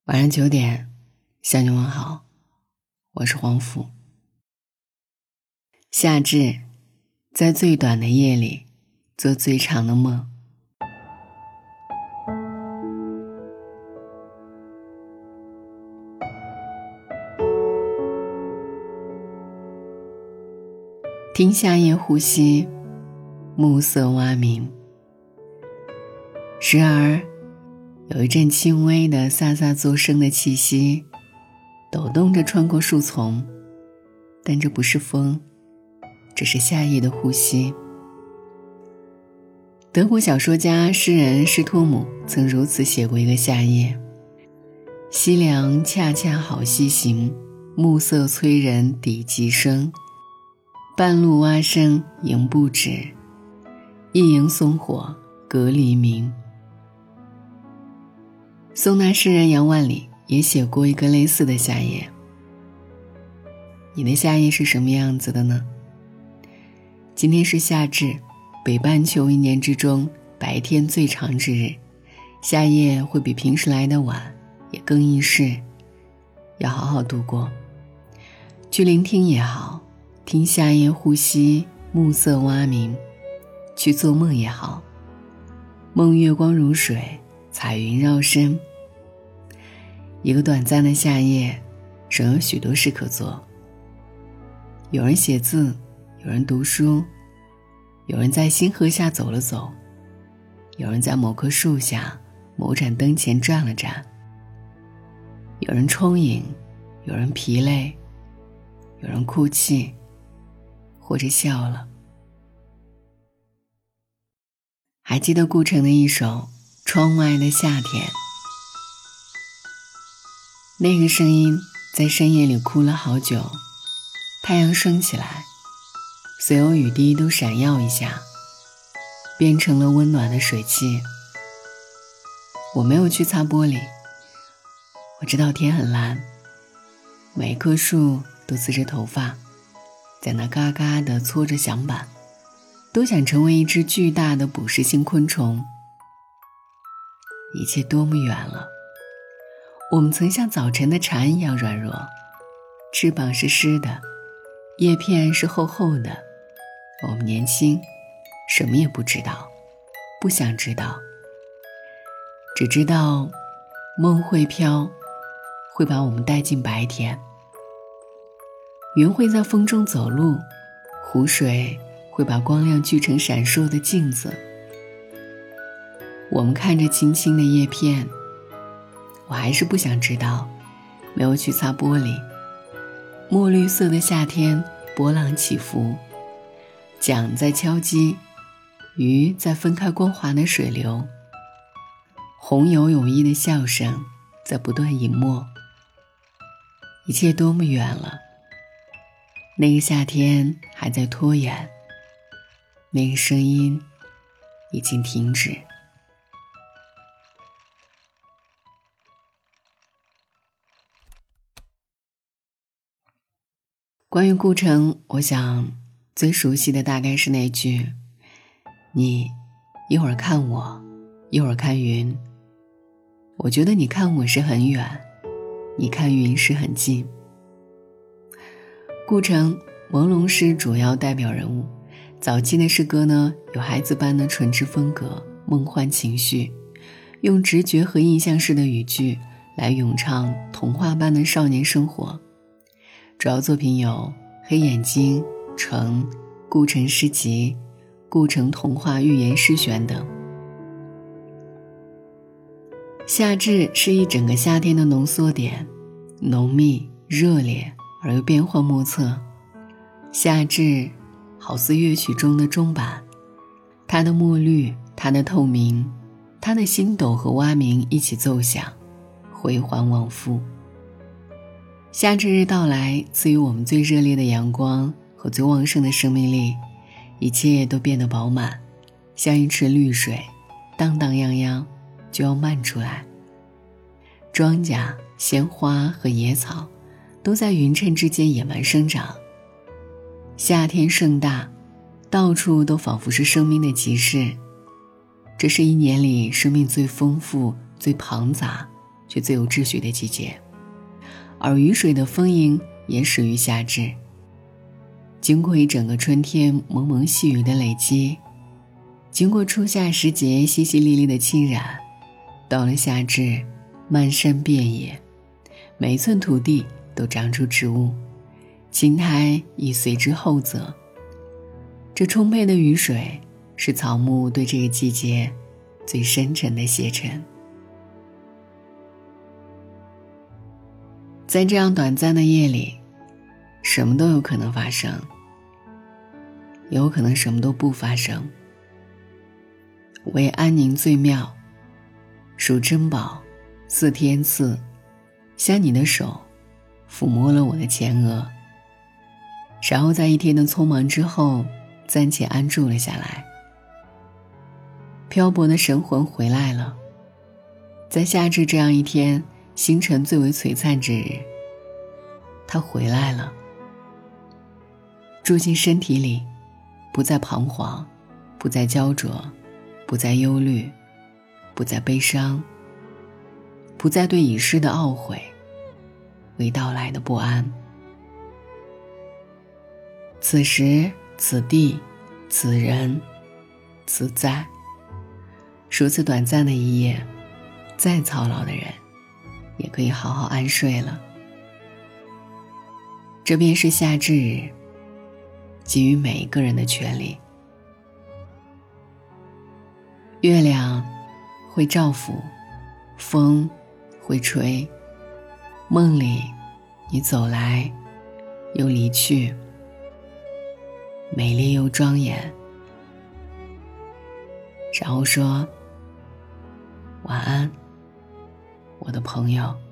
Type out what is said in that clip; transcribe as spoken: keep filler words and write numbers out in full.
晚上九点，向你问好，我是黄甫。夏至，在最短的夜里，做最长的梦。听夏夜呼吸，暮色蛙鸣。时而有一阵轻微的飒飒作声的气息抖动着穿过树丛，但这不是风，这是夏夜的呼吸。德国小说家诗人施托姆曾如此写过一个夏夜：夕凉恰恰好西行，暮色催人抵极生，半路蛙声迎不止，一迎松火隔黎明。宋代诗人杨万里也写过一个类似的夏夜。你的夏夜是什么样子的呢？今天是夏至，北半球一年之中白天最长之日，夏夜会比平时来得晚，也更易逝，要好好度过。去聆听也好，听夏夜呼吸，暮色蛙鸣；去做梦也好，梦月光如水，彩云绕身。一个短暂的夏夜，仍有许多事可做。有人写字，有人读书，有人在星河下走了走，有人在某棵树下、某盏灯前站了站。有人充盈，有人疲累，有人哭泣，或者笑了。还记得顾城的一首《窗外的夏天》，那个声音在深夜里哭了好久。太阳升起来，所有雨滴都闪耀一下，变成了温暖的水汽。我没有去擦玻璃，我知道天很蓝，每棵树都呲着头发，在那嘎嘎地搓着响板，都想成为一只巨大的捕食性昆虫。一切多么远了，我们曾像早晨的蝉一样软弱，翅膀是湿的，叶片是厚厚的。我们年轻，什么也不知道，不想知道，只知道梦会飘，会把我们带进白天。云会在风中走路，湖水会把光亮聚成闪烁的镜子。我们看着青青的叶片，我还是不想知道，没有去擦玻璃。墨绿色的夏天，波浪起伏，桨在敲击，鱼在分开光滑的水流，红油泳衣的笑声在不断隐没。一切多么远了，那个夏天还在拖延，那个声音已经停止。关于顾城，我想最熟悉的大概是那句：你一会儿看我，一会儿看云。我觉得你看我是很远，你看云是很近。顾城，朦胧诗主要代表人物，早期的诗歌呢，有孩子般的纯质风格，梦幻情绪，用直觉和印象式的语句来咏唱童话般的少年生活。主要作品有《黑眼睛》、《城》、《顾城诗集》、《顾城童话寓言诗选》等。夏至是一整个夏天的浓缩点，浓密、热烈而又变幻莫测。夏至好似乐曲中的钟板，它的墨绿，它的透明，它的星斗和蛙鸣一起奏响，回环往复。夏至日到来，赐予我们最热烈的阳光和最旺盛的生命力，一切都变得饱满，像一池绿水，荡荡漾漾，就要漫出来。庄稼、鲜花和野草都在匀称之间野蛮生长。夏天盛大，到处都仿佛是生命的集市。这是一年里生命最丰富、最庞杂、 却最有秩序的季节，而雨水的丰盈也始于夏至。经过一整个春天蒙蒙细雨的累积，经过初夏时节淅淅沥沥的浸染，到了夏至，漫山遍野，每一寸土地都长出植物，青苔亦随之厚泽。这充沛的雨水是草木对这个季节最深沉的写成。在这样短暂的夜里，什么都有可能发生，也有可能什么都不发生。唯安宁最妙，数珍宝，似天赐，像你的手抚摸了我的前额，然后在一天的匆忙之后暂且安住了下来。漂泊的神魂回来了，在夏至这样一天星辰最为璀璨之日，他回来了，住进身体里，不再彷徨，不再焦灼，不再忧虑，不再悲伤，不再对已逝的懊悔，为到来的不安。此时此地此人此在，如此短暂的一夜，再操劳的人也可以好好安睡了。这便是夏至日给予每一个人的权利。月亮会照拂，风会吹，梦里你走来又离去，美丽又庄严，然后说晚安，我的朋友。